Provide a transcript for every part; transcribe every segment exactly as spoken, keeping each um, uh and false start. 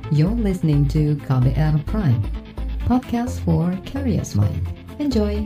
You're listening to K B R Prime, podcast for curious mind. Enjoy!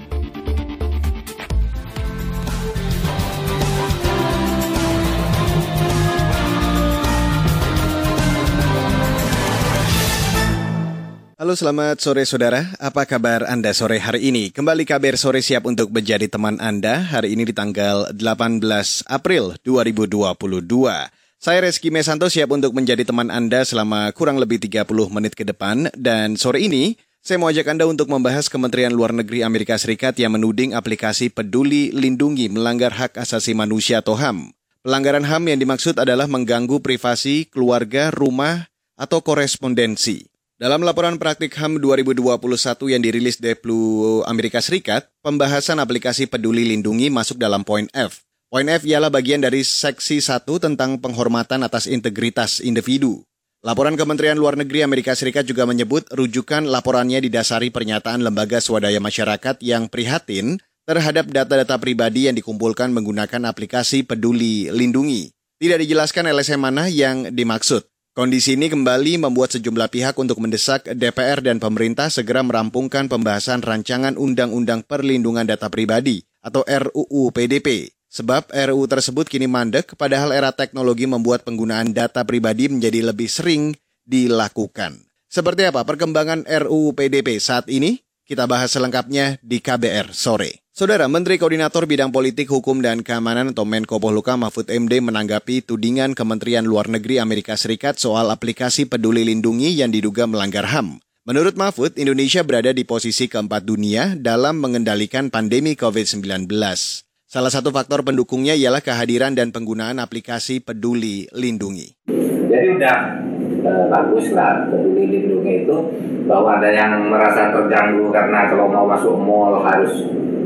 Halo, selamat sore saudara. Apa kabar Anda sore hari ini? Kembali K B R Sore siap untuk menjadi teman Anda hari ini di tanggal delapan belas April dua ribu dua puluh dua. Saya Reski Mesanto siap untuk menjadi teman Anda selama kurang lebih tiga puluh menit ke depan. Dan sore ini saya mau ajak Anda untuk membahas Kementerian Luar Negeri Amerika Serikat yang menuding aplikasi Peduli Lindungi melanggar hak asasi manusia atau H A M. Pelanggaran H A M yang dimaksud adalah mengganggu privasi, keluarga, rumah, atau korespondensi. Dalam laporan praktik H A M dua ribu dua puluh satu yang dirilis Deplu Amerika Serikat, pembahasan aplikasi Peduli Lindungi masuk dalam poin F. Poin F ialah bagian dari seksi satu tentang penghormatan atas integritas individu. Laporan Kementerian Luar Negeri Amerika Serikat juga menyebut rujukan laporannya didasari pernyataan lembaga swadaya masyarakat yang prihatin terhadap data-data pribadi yang dikumpulkan menggunakan aplikasi Peduli Lindungi. Tidak dijelaskan L S M mana yang dimaksud. Kondisi ini kembali membuat sejumlah pihak untuk mendesak D P R dan pemerintah segera merampungkan pembahasan rancangan Undang-Undang Perlindungan Data Pribadi atau R U U P D P. Sebab R U U tersebut kini mandek padahal era teknologi membuat penggunaan data pribadi menjadi lebih sering dilakukan. Seperti apa perkembangan R U U P D P saat ini? Kita bahas selengkapnya di K B R Sore. Saudara, Menteri Koordinator Bidang Politik, Hukum, dan Keamanan atau Menko Polhukam Mahfud M D menanggapi tudingan Kementerian Luar Negeri Amerika Serikat soal aplikasi Peduli Lindungi yang diduga melanggar H A M. Menurut Mahfud, Indonesia berada di posisi keempat dunia dalam mengendalikan pandemi covid sembilan belas. Salah satu faktor pendukungnya ialah kehadiran dan penggunaan aplikasi Peduli Lindungi. Jadi udah eh, bagus lah Peduli Lindungi itu, bahwa ada yang merasa terganggu karena kalau mau masuk mall harus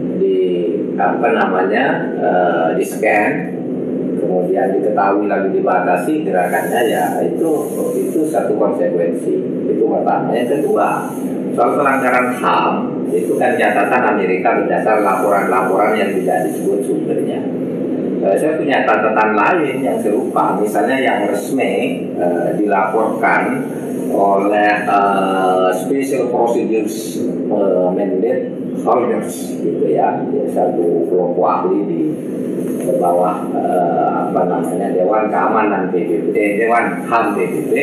di apa namanya uh, di scan, kemudian diketahui lagi dibatasi gerakannya, ya itu itu satu konsekuensi. Itu pertama. Yang kedua, soal pelanggaran H A M itu kan catatan Amerika berdasar laporan-laporan yang tidak disebut sumbernya. Uh, saya punya catatan lain yang serupa, misalnya yang resmi uh, dilaporkan oleh uh, Special Procedures uh, Mandate Holders gitu ya, satu kelompok ahli di bawah uh, apa namanya Dewan Keamanan P B B, eh, Dewan H A M P B B.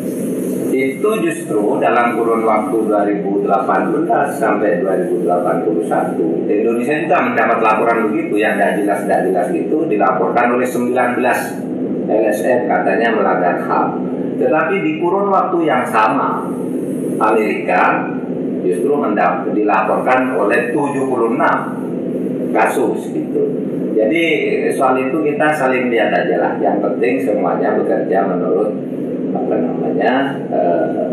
Itu justru dalam kurun waktu dua ribu delapan belas sampai dua ribu delapan puluh satu Indonesia juga mendapat laporan begitu yang tidak jelas tidak jelas itu dilaporkan oleh sembilan belas L S M katanya melanggar H A M. Tetapi di kurun waktu yang sama Amerika justru mendapat dilaporkan oleh tujuh puluh enam kasus gitu. Jadi soal itu kita saling lihat aja lah. Yang penting semuanya bekerja menurut apa namanya uh,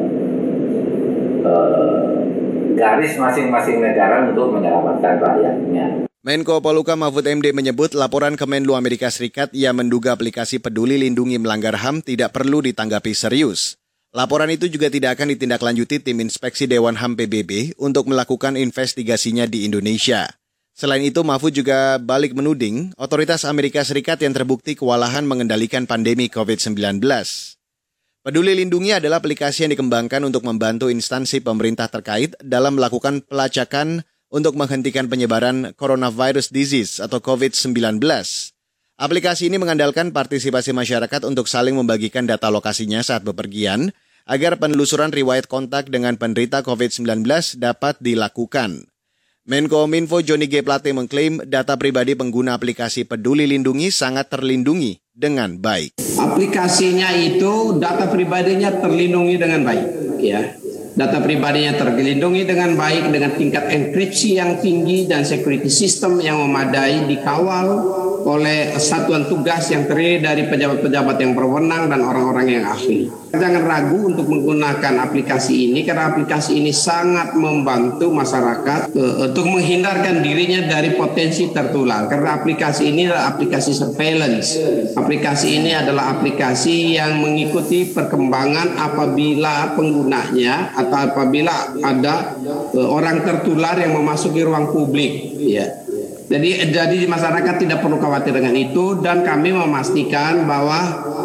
uh, garis masing-masing negara untuk menyelamatkan rakyatnya. Menko Polhukam Mahfud M D menyebut laporan Kemenlu Amerika Serikat yang menduga aplikasi Peduli Lindungi melanggar H A M tidak perlu ditanggapi serius. Laporan itu juga tidak akan ditindaklanjuti tim inspeksi Dewan H A M P B B untuk melakukan investigasinya di Indonesia. Selain itu, Mahfud juga balik menuding otoritas Amerika Serikat yang terbukti kewalahan mengendalikan pandemi covid sembilan belas. Peduli Lindungi adalah aplikasi yang dikembangkan untuk membantu instansi pemerintah terkait dalam melakukan pelacakan untuk menghentikan penyebaran coronavirus disease atau covid sembilan belas. Aplikasi ini mengandalkan partisipasi masyarakat untuk saling membagikan data lokasinya saat bepergian, agar penelusuran riwayat kontak dengan penderita covid sembilan belas dapat dilakukan. Menko Minfo Johnny G. Plate mengklaim data pribadi pengguna aplikasi Peduli Lindungi sangat terlindungi dengan baik. Aplikasinya itu data pribadinya terlindungi dengan baik, ya. Data pribadinya terlindungi dengan baik dengan tingkat enkripsi yang tinggi dan security system yang memadai, dikawal oleh satuan tugas yang terdiri dari pejabat-pejabat yang berwenang dan orang-orang yang ahli. Jangan ragu untuk menggunakan aplikasi ini karena aplikasi ini sangat membantu masyarakat uh, untuk menghindarkan dirinya dari potensi tertular. Karena aplikasi ini adalah aplikasi surveillance. Aplikasi ini adalah aplikasi yang mengikuti perkembangan apabila penggunanya atau apabila ada uh, orang tertular yang memasuki ruang publik, ya. Jadi jadi masyarakat tidak perlu khawatir dengan itu, dan kami memastikan bahwa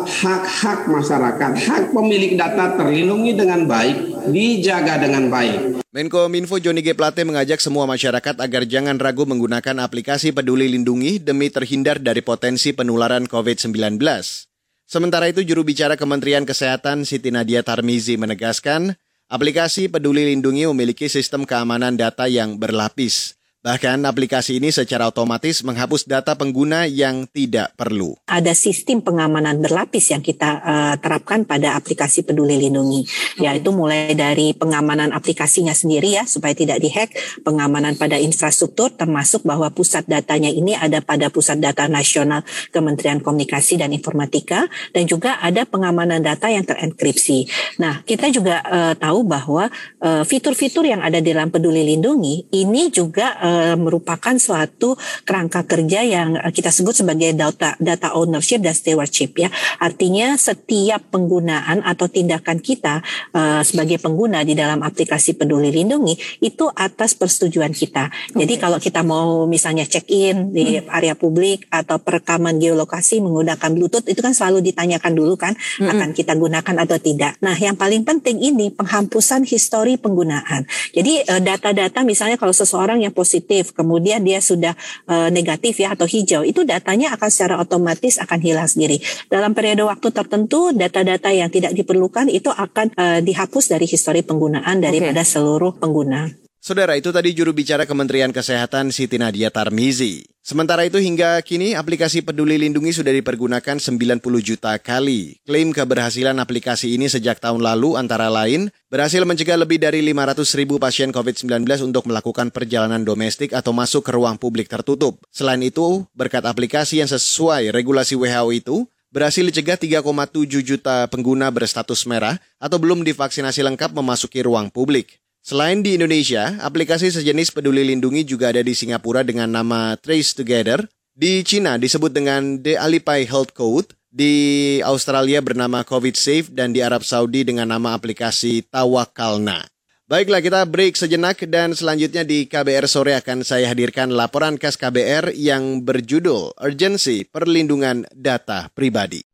bahwa hak-hak masyarakat, hak pemilik data terlindungi dengan baik, dijaga dengan baik. Menkominfo Johnny G. Plate mengajak semua masyarakat agar jangan ragu menggunakan aplikasi Peduli Lindungi demi terhindar dari potensi penularan covid sembilan belas. Sementara itu, juru bicara Kementerian Kesehatan Siti Nadia Tarmizi menegaskan, aplikasi Peduli Lindungi memiliki sistem keamanan data yang berlapis. Bahkan aplikasi ini secara otomatis menghapus data pengguna yang tidak perlu. Ada sistem pengamanan berlapis yang kita uh, terapkan pada aplikasi Peduli Lindungi, yaitu mulai dari pengamanan aplikasinya sendiri ya supaya tidak dihack, pengamanan pada infrastruktur termasuk bahwa pusat datanya ini ada pada Pusat Data Nasional Kementerian Komunikasi dan Informatika, dan juga ada pengamanan data yang terenkripsi. Nah, kita juga uh, tahu bahwa uh, fitur-fitur yang ada di dalam Peduli Lindungi ini juga uh, merupakan suatu kerangka kerja yang kita sebut sebagai data data ownership dan stewardship ya. Artinya setiap penggunaan atau tindakan kita uh, sebagai pengguna di dalam aplikasi Peduli Lindungi itu atas persetujuan kita. Okay. Jadi kalau kita mau misalnya check-in di hmm. area publik atau perekaman geolokasi menggunakan Bluetooth, itu kan selalu ditanyakan dulu kan hmm. akan kita gunakan atau tidak. Nah, yang paling penting ini penghapusan histori penggunaan. Jadi uh, data-data misalnya kalau seseorang yang positif kemudian dia sudah uh, negatif ya atau hijau, itu datanya akan secara otomatis akan hilang sendiri. Dalam periode waktu tertentu data-data yang tidak diperlukan itu akan uh, dihapus dari histori penggunaan daripada okay. seluruh pengguna. Saudara, itu tadi juru bicara Kementerian Kesehatan Siti Nadia Tarmizi. Sementara itu hingga kini aplikasi Peduli Lindungi sudah dipergunakan sembilan puluh juta kali. Klaim keberhasilan aplikasi ini sejak tahun lalu antara lain berhasil mencegah lebih dari lima ratus ribu pasien covid sembilan belas untuk melakukan perjalanan domestik atau masuk ke ruang publik tertutup. Selain itu, berkat aplikasi yang sesuai regulasi W H O itu, berhasil dicegah tiga koma tujuh juta pengguna berstatus merah atau belum divaksinasi lengkap memasuki ruang publik. Selain di Indonesia, aplikasi sejenis Peduli Lindungi juga ada di Singapura dengan nama Trace Together, di Cina disebut dengan The Alipay Health Code, di Australia bernama COVID Safe, dan di Arab Saudi dengan nama aplikasi Tawakalna. Baiklah, kita break sejenak dan selanjutnya di K B R Sore akan saya hadirkan laporan khas K B R yang berjudul Urgensi Perlindungan Data Pribadi.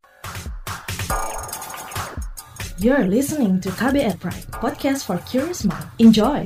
You're listening to K B R Prime, podcast for curious mind. Enjoy!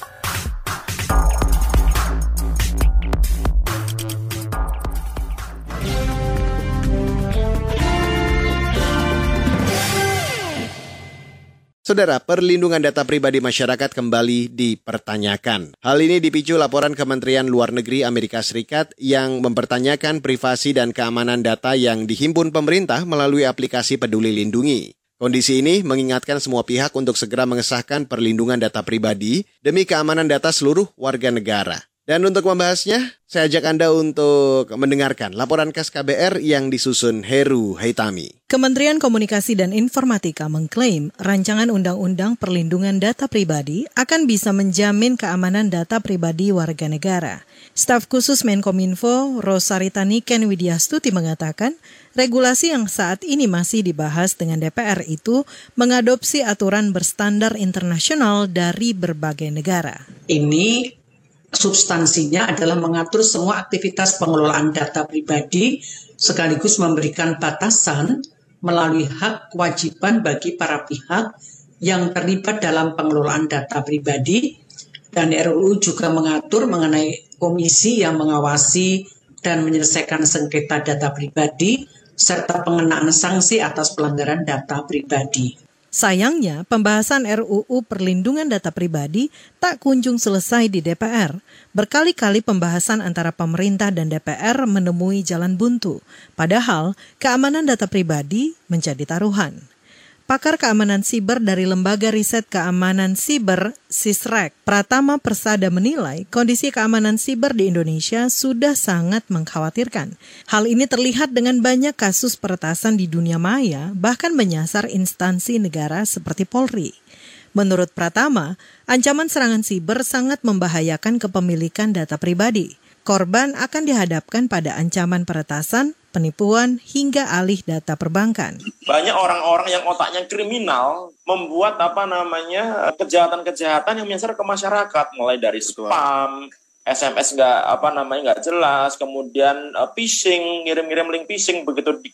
Saudara, perlindungan data pribadi masyarakat kembali dipertanyakan. Hal ini dipicu laporan Kementerian Luar Negeri Amerika Serikat yang mempertanyakan privasi dan keamanan data yang dihimpun pemerintah melalui aplikasi Peduli Lindungi. Kondisi ini mengingatkan semua pihak untuk segera mengesahkan perlindungan data pribadi demi keamanan data seluruh warga negara. Dan untuk membahasnya, saya ajak Anda untuk mendengarkan laporan khas K B R yang disusun Heru Haitami. Kementerian Komunikasi dan Informatika mengklaim rancangan Undang-Undang Perlindungan Data Pribadi akan bisa menjamin keamanan data pribadi warga negara. Staf khusus Menkominfo Rosarita Niken Widyastuti mengatakan, regulasi yang saat ini masih dibahas dengan D P R itu mengadopsi aturan berstandar internasional dari berbagai negara. Ini substansinya adalah mengatur semua aktivitas pengelolaan data pribadi sekaligus memberikan batasan melalui hak kewajiban bagi para pihak yang terlibat dalam pengelolaan data pribadi, dan R U U juga mengatur mengenai komisi yang mengawasi dan menyelesaikan sengketa data pribadi serta pengenaan sanksi atas pelanggaran data pribadi. Sayangnya, pembahasan R U U Perlindungan Data Pribadi tak kunjung selesai di D P R. Berkali-kali pembahasan antara pemerintah dan D P R menemui jalan buntu. Padahal, keamanan data pribadi menjadi taruhan. Pakar keamanan siber dari Lembaga Riset Keamanan Siber Sisrek, Pratama Persada menilai kondisi keamanan siber di Indonesia sudah sangat mengkhawatirkan. Hal ini terlihat dengan banyak kasus peretasan di dunia maya, bahkan menyasar instansi negara seperti Polri. Menurut Pratama, ancaman serangan siber sangat membahayakan kepemilikan data pribadi. Korban akan dihadapkan pada ancaman peretasan, penipuan, hingga alih data perbankan. Banyak orang-orang yang otaknya kriminal membuat apa namanya kejahatan-kejahatan yang menyasar ke masyarakat, mulai dari spam, S M S nggak apa namanya nggak jelas, kemudian uh, phishing, ngirim-ngirim link phishing, begitu diklik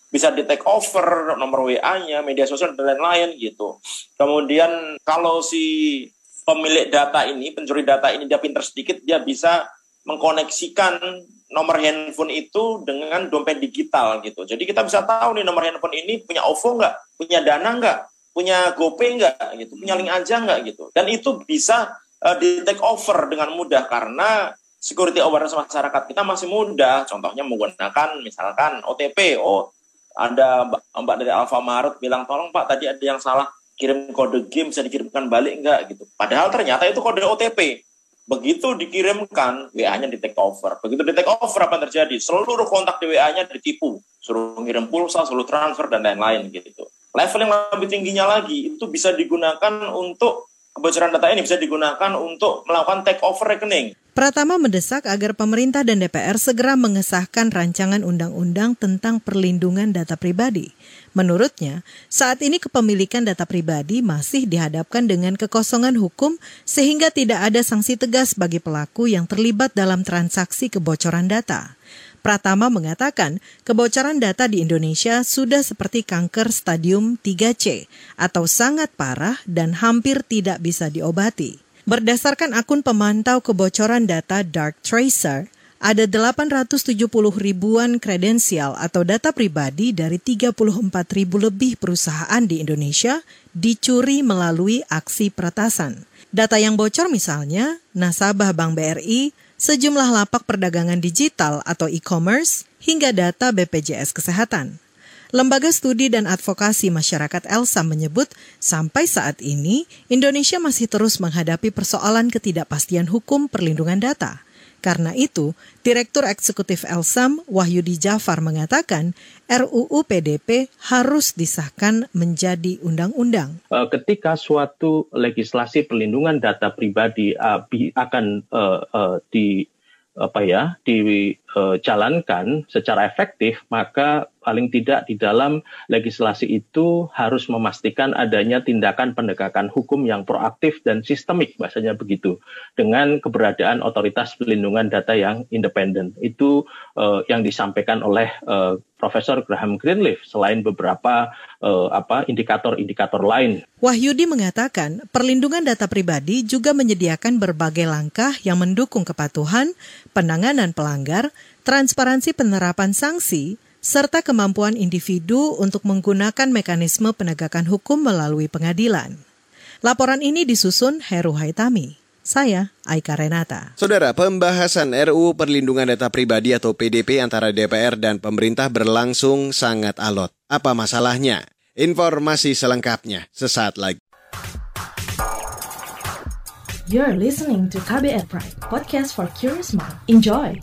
bisa di take over nomor W A-nya, media sosial dan lain-lain gitu. Kemudian kalau si pemilik data ini, pencuri data ini dia pintar sedikit, dia bisa mengkoneksikan nomor handphone itu dengan dompet digital gitu. Jadi kita bisa tahu nih nomor handphone ini punya O V O nggak, punya Dana nggak, punya GoPay nggak gitu, punya link aja nggak gitu. Dan itu bisa uh, di take over dengan mudah karena security awareness masyarakat kita masih mudah. Contohnya menggunakan misalkan O T P. Oh, ada mbak, mbak dari Alfamart bilang, tolong Pak, tadi ada yang salah kirim kode game, bisa dikirimkan balik nggak gitu. Padahal ternyata itu kode O T P. Begitu dikirimkan, W A-nya di take over. Begitu di take over, apa yang terjadi? Seluruh kontak di W A-nya ditipu. Suruh ngirim pulsa, suruh transfer, dan lain-lain gitu. Level yang lebih tingginya lagi, itu bisa digunakan untuk, kebocoran data ini bisa digunakan untuk melakukan take over rekening. Pratama mendesak agar pemerintah dan D P R segera mengesahkan rancangan undang-undang tentang perlindungan data pribadi. Menurutnya, saat ini kepemilikan data pribadi masih dihadapkan dengan kekosongan hukum sehingga tidak ada sanksi tegas bagi pelaku yang terlibat dalam transaksi kebocoran data. Pratama mengatakan kebocoran data di Indonesia sudah seperti kanker stadium tiga C atau sangat parah dan hampir tidak bisa diobati. Berdasarkan akun pemantau kebocoran data Dark Tracer, ada delapan ratus tujuh puluh ribuan kredensial atau data pribadi dari tiga puluh empat ribu lebih perusahaan di Indonesia dicuri melalui aksi peretasan. Data yang bocor misalnya, nasabah Bank B R I, sejumlah lapak perdagangan digital atau e-commerce, hingga data B P J S Kesehatan. Lembaga Studi dan Advokasi Masyarakat ELSAM menyebut sampai saat ini Indonesia masih terus menghadapi persoalan ketidakpastian hukum perlindungan data. Karena itu, Direktur Eksekutif ELSAM Wahyudi Jafar mengatakan R U U P D P harus disahkan menjadi undang-undang. Ketika suatu legislasi perlindungan data pribadi akan uh, uh, di apa ya dijalankan secara efektif, maka paling tidak di dalam legislasi itu harus memastikan adanya tindakan penegakan hukum yang proaktif dan sistemik, bahasanya begitu, dengan keberadaan otoritas perlindungan data yang independen. Itu uh, yang disampaikan oleh uh, Profesor Graham Greenleaf selain beberapa uh, apa indikator-indikator lain. Wahyudi mengatakan perlindungan data pribadi juga menyediakan berbagai langkah yang mendukung kepatuhan, penanganan pelanggar, transparansi penerapan sanksi, serta kemampuan individu untuk menggunakan mekanisme penegakan hukum melalui pengadilan. Laporan ini disusun Heru Haitami. Saya, Aika Renata. Saudara, pembahasan R U U Perlindungan Data Pribadi atau P D P antara D P R dan pemerintah berlangsung sangat alot. Apa masalahnya? Informasi selengkapnya sesaat lagi. You're listening to K B R Pride, podcast for curious mind. Enjoy!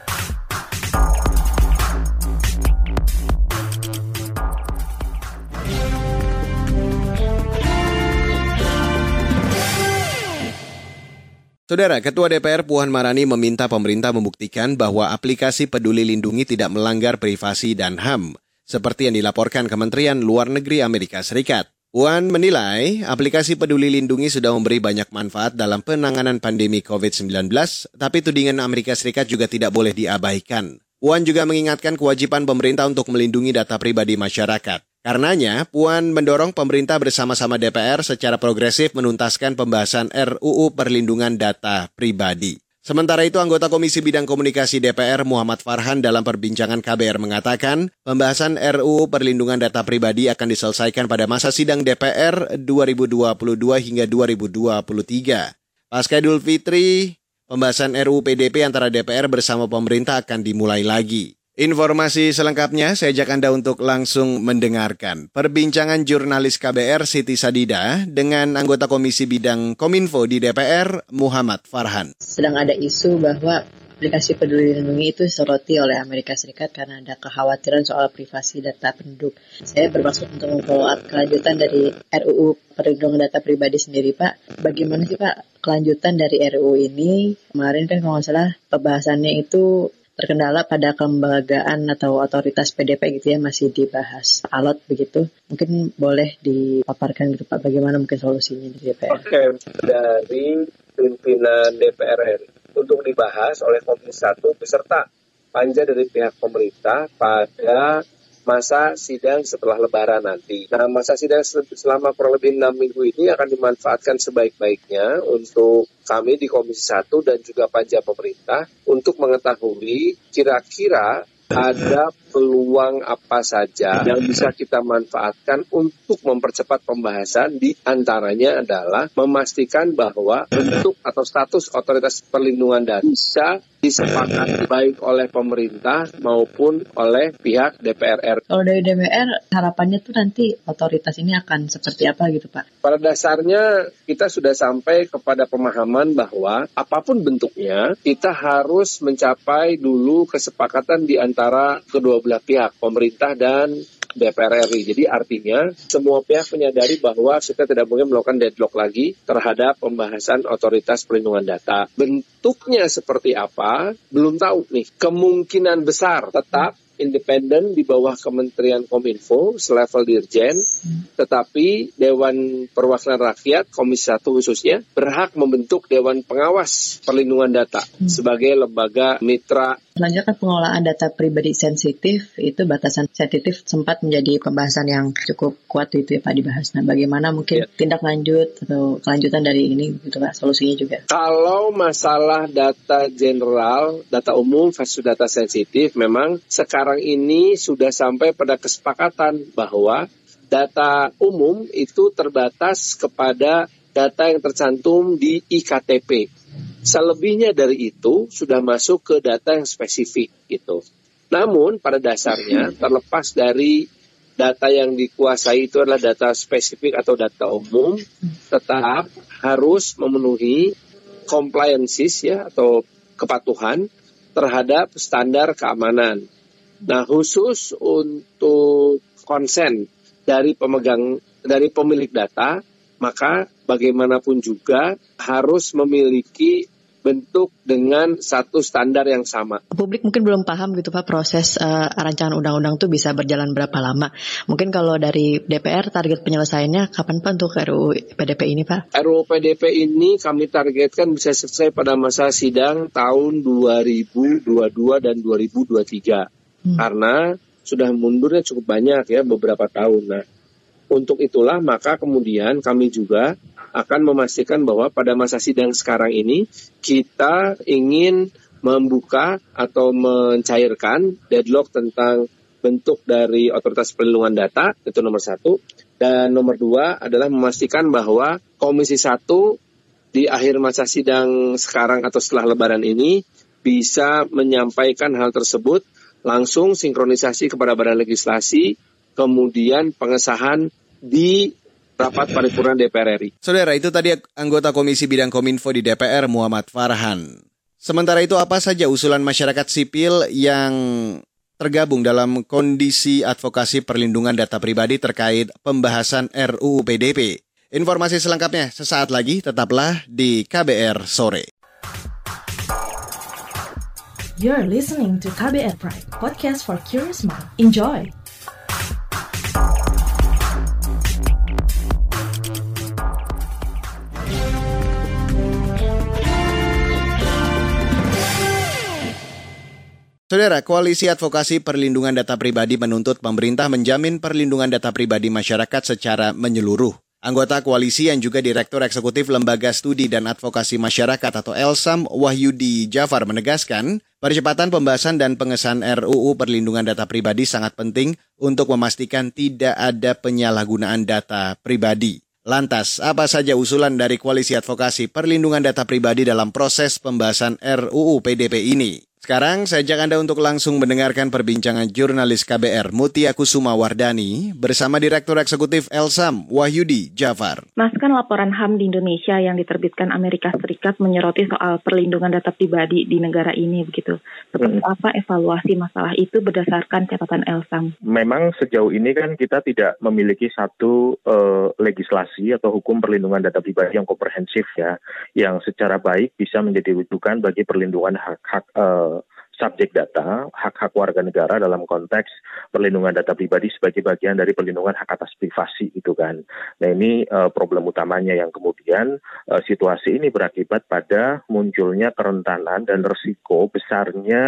Saudara, Ketua D P R Puan Maharani meminta pemerintah membuktikan bahwa aplikasi Peduli Lindungi tidak melanggar privasi dan H A M, seperti yang dilaporkan Kementerian Luar Negeri Amerika Serikat. Puan menilai aplikasi Peduli Lindungi sudah memberi banyak manfaat dalam penanganan pandemi covid sembilan belas, tapi tudingan Amerika Serikat juga tidak boleh diabaikan. Puan juga mengingatkan kewajiban pemerintah untuk melindungi data pribadi masyarakat. Karenanya, Puan mendorong pemerintah bersama-sama D P R secara progresif menuntaskan pembahasan R U U Perlindungan Data Pribadi. Sementara itu, anggota Komisi Bidang Komunikasi D P R Muhammad Farhan dalam perbincangan K B R mengatakan, pembahasan R U U Perlindungan Data Pribadi akan diselesaikan pada masa sidang D P R dua ribu dua puluh dua hingga dua ribu dua puluh tiga. Pasca Idul Fitri, pembahasan R U U P D P antara D P R bersama pemerintah akan dimulai lagi. Informasi selengkapnya saya ajak Anda untuk langsung mendengarkan perbincangan jurnalis K B R Siti Sadida dengan anggota Komisi Bidang Kominfo di D P R Muhammad Farhan. Sedang ada isu bahwa aplikasi Peduli Lindungi itu disoroti oleh Amerika Serikat karena ada kekhawatiran soal privasi data penduduk. Saya bermaksud untuk memfollow up kelanjutan dari R U U Perlindungan Data Pribadi sendiri, Pak. Bagaimana sih Pak kelanjutan dari R U U ini? Kemarin kan kalau nggak salah pembahasannya itu terkendala pada kelembagaan atau otoritas P D P gitu ya, masih dibahas alot begitu. Mungkin boleh dipaparkan gitu Pak, bagaimana mungkin solusinya di D P R? Oke, dari pimpinan D P R R I untuk dibahas oleh Komisi satu beserta panja dari pihak pemerintah pada masa sidang setelah Lebaran nanti. Nah, masa sidang selama kurang lebih enam minggu ini akan dimanfaatkan sebaik-baiknya untuk kami di Komisi satu dan juga panja pemerintah untuk mengetahui kira-kira ada peluang apa saja yang bisa kita manfaatkan untuk mempercepat pembahasan. Di antaranya adalah memastikan bahwa bentuk atau status otoritas perlindungan data bisa disepakati baik oleh pemerintah maupun oleh pihak D P R R. Kalau dari D P R, harapannya tuh nanti otoritas ini akan seperti apa gitu Pak? Pada dasarnya kita sudah sampai kepada pemahaman bahwa apapun bentuknya kita harus mencapai dulu kesepakatan di antara kedua belah pihak, pemerintah dan D P R R I. Jadi artinya semua pihak menyadari bahwa kita tidak boleh melakukan deadlock lagi terhadap pembahasan otoritas perlindungan data. Bentuknya seperti apa, belum tahu nih. Kemungkinan besar tetap independen di bawah Kementerian Kominfo selevel dirjen, tetapi Dewan Perwakilan Rakyat Komisi satu khususnya berhak membentuk Dewan Pengawas Perlindungan Data sebagai lembaga mitra. Selanjutnya kan pengelolaan data pribadi sensitif, itu batasan sensitif sempat menjadi pembahasan yang cukup kuat itu ya Pak dibahas. Nah bagaimana mungkin ya. tindak lanjut atau kelanjutan dari ini gitu Pak, solusinya juga? Kalau masalah data general, data umum versus data sensitif, memang sekarang Sekarang ini sudah sampai pada kesepakatan bahwa data umum itu terbatas kepada data yang tercantum di I K T P. Selebihnya dari itu sudah masuk ke data yang spesifik gitu. Namun pada dasarnya terlepas dari data yang dikuasai itu adalah data spesifik atau data umum, tetap harus memenuhi compliances ya atau kepatuhan terhadap standar keamanan. Nah, khusus untuk konsen dari pemegang, dari pemilik data, maka bagaimanapun juga harus memiliki bentuk dengan satu standar yang sama. Publik mungkin belum paham gitu Pak, proses uh, rancangan undang-undang itu bisa berjalan berapa lama. Mungkin kalau dari D P R target penyelesaiannya kapan Pak untuk R U U P D P ini Pak? R U U P D P ini kami targetkan bisa selesai pada masa sidang tahun dua ribu dua puluh dua dan dua ribu dua puluh tiga. Hmm. Karena sudah mundurnya cukup banyak ya beberapa tahun. Nah, untuk itulah maka kemudian kami juga akan memastikan bahwa pada masa sidang sekarang ini kita ingin membuka atau mencairkan deadlock tentang bentuk dari otoritas perlindungan data, itu nomor satu. Dan nomor dua adalah memastikan bahwa Komisi satu di akhir masa sidang sekarang atau setelah Lebaran ini bisa menyampaikan hal tersebut langsung sinkronisasi kepada Badan Legislasi, kemudian pengesahan di rapat paripurna D P R R I. Saudara, itu tadi anggota Komisi Bidang Kominfo di D P R Muhammad Farhan. Sementara itu apa saja usulan masyarakat sipil yang tergabung dalam kondisi advokasi perlindungan data pribadi terkait pembahasan R U U P D P? Informasi selengkapnya sesaat lagi, tetaplah di K B R Sore. You're listening to K B R Pride, podcast for curious mind. Enjoy! Saudara, Koalisi Advokasi Perlindungan Data Pribadi menuntut pemerintah menjamin perlindungan data pribadi masyarakat secara menyeluruh. Anggota koalisi yang juga Direktur Eksekutif Lembaga Studi dan Advokasi Masyarakat atau Elsam, Wahyudi Jafar menegaskan, percepatan pembahasan dan pengesahan R U U Perlindungan Data Pribadi sangat penting untuk memastikan tidak ada penyalahgunaan data pribadi. Lantas, apa saja usulan dari Koalisi Advokasi Perlindungan Data Pribadi dalam proses pembahasan R U U P D P ini? Sekarang saya ajak Anda untuk langsung mendengarkan perbincangan jurnalis K B R Mutia Kusuma Wardani bersama Direktur Eksekutif Elsam, Wahyudi Jafar. Mas, kan laporan H A M di Indonesia yang diterbitkan Amerika Serikat menyoroti soal perlindungan data pribadi di negara ini begitu. Seperti hmm. apa evaluasi masalah itu berdasarkan catatan Elsam? Memang sejauh ini kan kita tidak memiliki satu uh, legislasi atau hukum perlindungan data pribadi yang komprehensif ya, yang secara baik bisa menjadi rujukan bagi perlindungan hak-hak uh, subjek data, hak-hak warga negara dalam konteks perlindungan data pribadi sebagai bagian dari perlindungan hak atas privasi itu kan. Nah ini uh, problem utamanya yang kemudian uh, situasi ini berakibat pada munculnya kerentanan dan resiko besarnya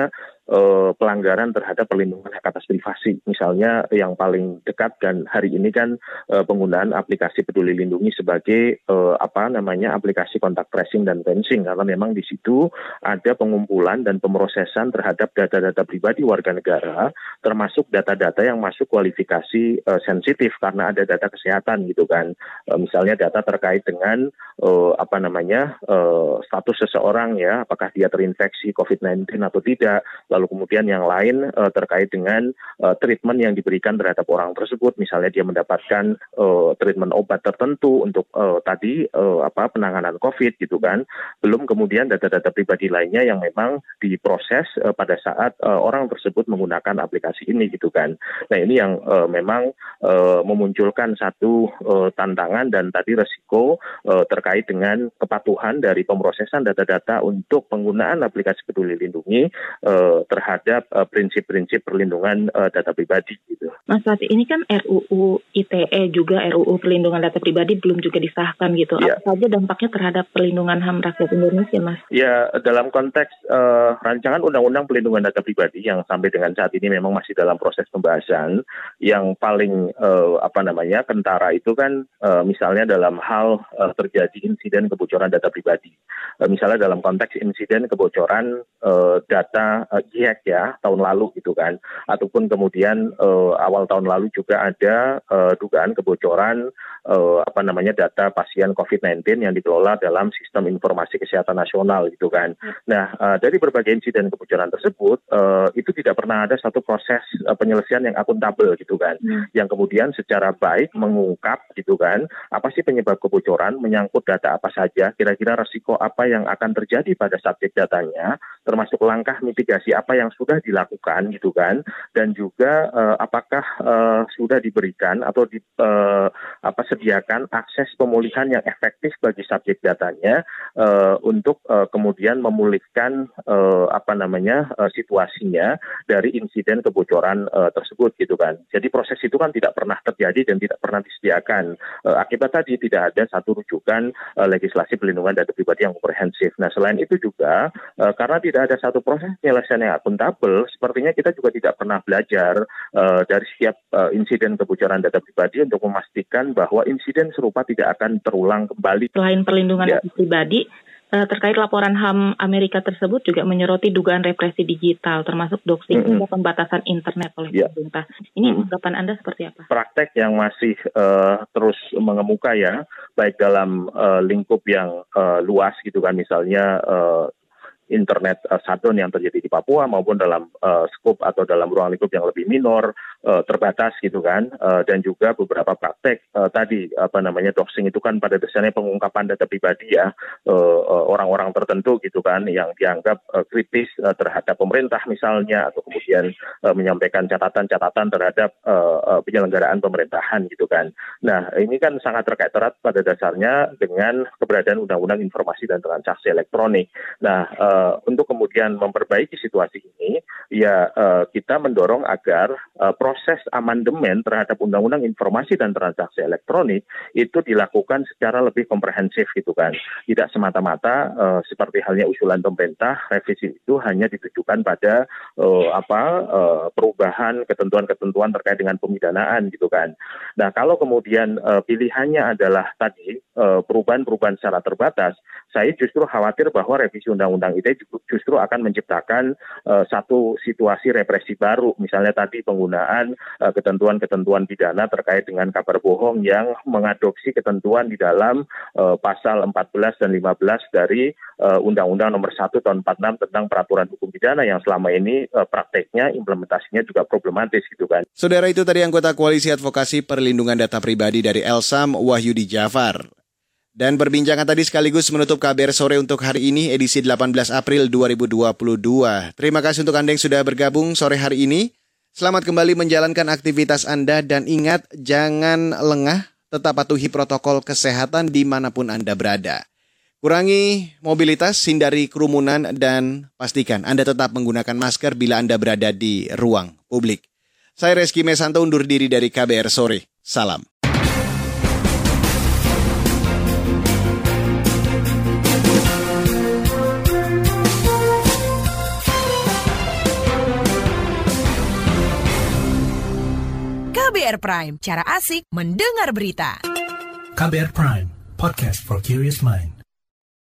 uh, pelanggaran terhadap perlindungan hak atas privasi. Misalnya yang paling dekat dan hari ini kan uh, penggunaan aplikasi Peduli Lindungi sebagai uh, apa namanya aplikasi kontak tracing dan tracing, karena memang di situ ada pengumpulan dan pemrosesan terhadap data-data pribadi warga negara, termasuk data-data yang masuk kualifikasi uh, sensitif karena ada data kesehatan gitu kan. Uh, misalnya data terkait dengan uh, apa namanya uh, status seseorang ya, apakah dia terinfeksi covid sembilan belas atau tidak, lalu kemudian yang lain uh, terkait dengan uh, treatment yang diberikan terhadap orang tersebut, misalnya dia mendapatkan uh, treatment obat tertentu untuk uh, tadi uh, apa penanganan COVID gitu kan, belum kemudian data-data pribadi lainnya yang memang diproses uh, pada saat uh, orang tersebut menggunakan aplikasi ini gitu kan. Nah ini yang uh, memang uh, memunculkan satu uh, tantangan dan tadi resiko uh, terkait dengan kepatuhan dari pemrosesan data-data untuk penggunaan aplikasi Peduli Lindungi uh, terhadap uh, prinsip-prinsip perlindungan uh, data pribadi gitu. Mas, saat ini kan R U U I T E juga R U U Perlindungan Data Pribadi belum juga disahkan gitu. Ya. Apa saja dampaknya terhadap perlindungan H A M rakyat Indonesia, Mas? Ya, dalam konteks uh, rancangan Undang-Undang Perlindungan Data Pribadi yang sampai dengan saat ini memang masih dalam proses pembahasan, yang paling uh, apa namanya kentara itu kan uh, misalnya dalam hal uh, terjadi insiden kebocoran data pribadi. Uh, misalnya dalam konteks insiden kebocoran uh, data uh, G I A C ya tahun lalu gitu kan, ataupun kemudian uh, awal tahun lalu juga ada uh, dugaan kebocoran uh, apa namanya data pasien covid sembilan belas yang dikelola dalam sistem informasi kesehatan nasional gitu kan. Nah uh, dari berbagai insiden kebocoran tersebut uh, itu tidak pernah ada satu proses uh, penyelesaian yang akuntabel gitu kan, hmm. yang kemudian secara baik mengungkap gitu kan apa sih penyebab kebocoran, menyangkut data apa saja, kira-kira resiko apa yang akan terjadi pada subjek datanya, termasuk langkah mitigasi apa yang sudah dilakukan gitu kan, dan juga uh, apakah uh, sudah diberikan atau di, uh, apa sediakan akses pemulihan yang efektif bagi subjek datanya uh, untuk uh, kemudian memulihkan uh, apa namanya uh, situasinya dari insiden kebocoran uh, tersebut gitu kan. Jadi proses itu kan tidak pernah terjadi dan tidak pernah disediakan. Uh, akibat tadi tidak ada satu rujukan uh, legislasi perlindungan data pribadi yang komprehensif. Nah selain itu juga uh, karena tidak ada satu proses penyelesaian yang akuntabel, sepertinya kita juga tidak pernah belajar uh, dari setiap uh, insiden kebocoran data pribadi untuk memastikan bahwa insiden serupa tidak akan terulang kembali. Selain perlindungan ya. data pribadi, uh, terkait laporan H A M Amerika tersebut juga menyoroti dugaan represi digital, termasuk doxing hingga mm-hmm. pembatasan internet oleh ya. pemerintah. Ini tanggapan mm-hmm. Anda seperti apa? Praktek yang masih uh, terus mengemuka ya, baik dalam uh, lingkup yang uh, luas gitu kan, misalnya uh, internet uh, shutdown yang terjadi di Papua maupun dalam uh, skop atau dalam ruang lingkup yang lebih minor, uh, terbatas gitu kan, uh, dan juga beberapa praktek uh, tadi apa namanya doxing itu kan pada dasarnya pengungkapan data pribadi ya, uh, uh, orang-orang tertentu gitu kan yang dianggap uh, kritis uh, terhadap pemerintah misalnya, atau kemudian uh, menyampaikan catatan-catatan terhadap uh, uh, penyelenggaraan pemerintahan gitu kan. Nah ini kan sangat terkait erat pada dasarnya dengan keberadaan Undang-Undang Informasi dan Transaksi Elektronik. Nah uh, Uh, untuk kemudian memperbaiki situasi ini, ya uh, kita mendorong agar uh, proses amandemen terhadap Undang-Undang Informasi dan Transaksi Elektronik itu dilakukan secara lebih komprehensif gitu kan. Tidak semata-mata uh, seperti halnya usulan pemerintah, revisi itu hanya ditujukan pada uh, apa uh, perubahan ketentuan-ketentuan terkait dengan pemidanaan gitu kan. Nah kalau kemudian uh, pilihannya adalah tadi uh, perubahan-perubahan secara terbatas, saya justru khawatir bahwa revisi Undang-Undang I T E justru akan menciptakan uh, satu situasi represi baru, misalnya tadi penggunaan uh, ketentuan-ketentuan pidana terkait dengan kabar bohong yang mengadopsi ketentuan di dalam uh, pasal empat belas dan lima belas dari uh, Undang-Undang Nomor satu Tahun empat puluh enam tentang Peraturan Hukum Pidana yang selama ini uh, prakteknya implementasinya juga problematis gitu kan. Saudara, itu tadi anggota Koalisi Advokasi Perlindungan Data Pribadi dari Elsam, Wahyudi Jafar. Dan perbincangan tadi sekaligus menutup K B R Sore untuk hari ini, edisi delapan belas April dua ribu dua puluh dua. Terima kasih untuk Anda yang sudah bergabung sore hari ini. Selamat kembali menjalankan aktivitas Anda dan ingat, jangan lengah, tetap patuhi protokol kesehatan dimanapun Anda berada. Kurangi mobilitas, hindari kerumunan, dan pastikan Anda tetap menggunakan masker bila Anda berada di ruang publik. Saya Reski Mesanto undur diri dari K B R Sore. Salam. Prime, cara asik mendengar berita. K B R Prime, podcast for curious mind.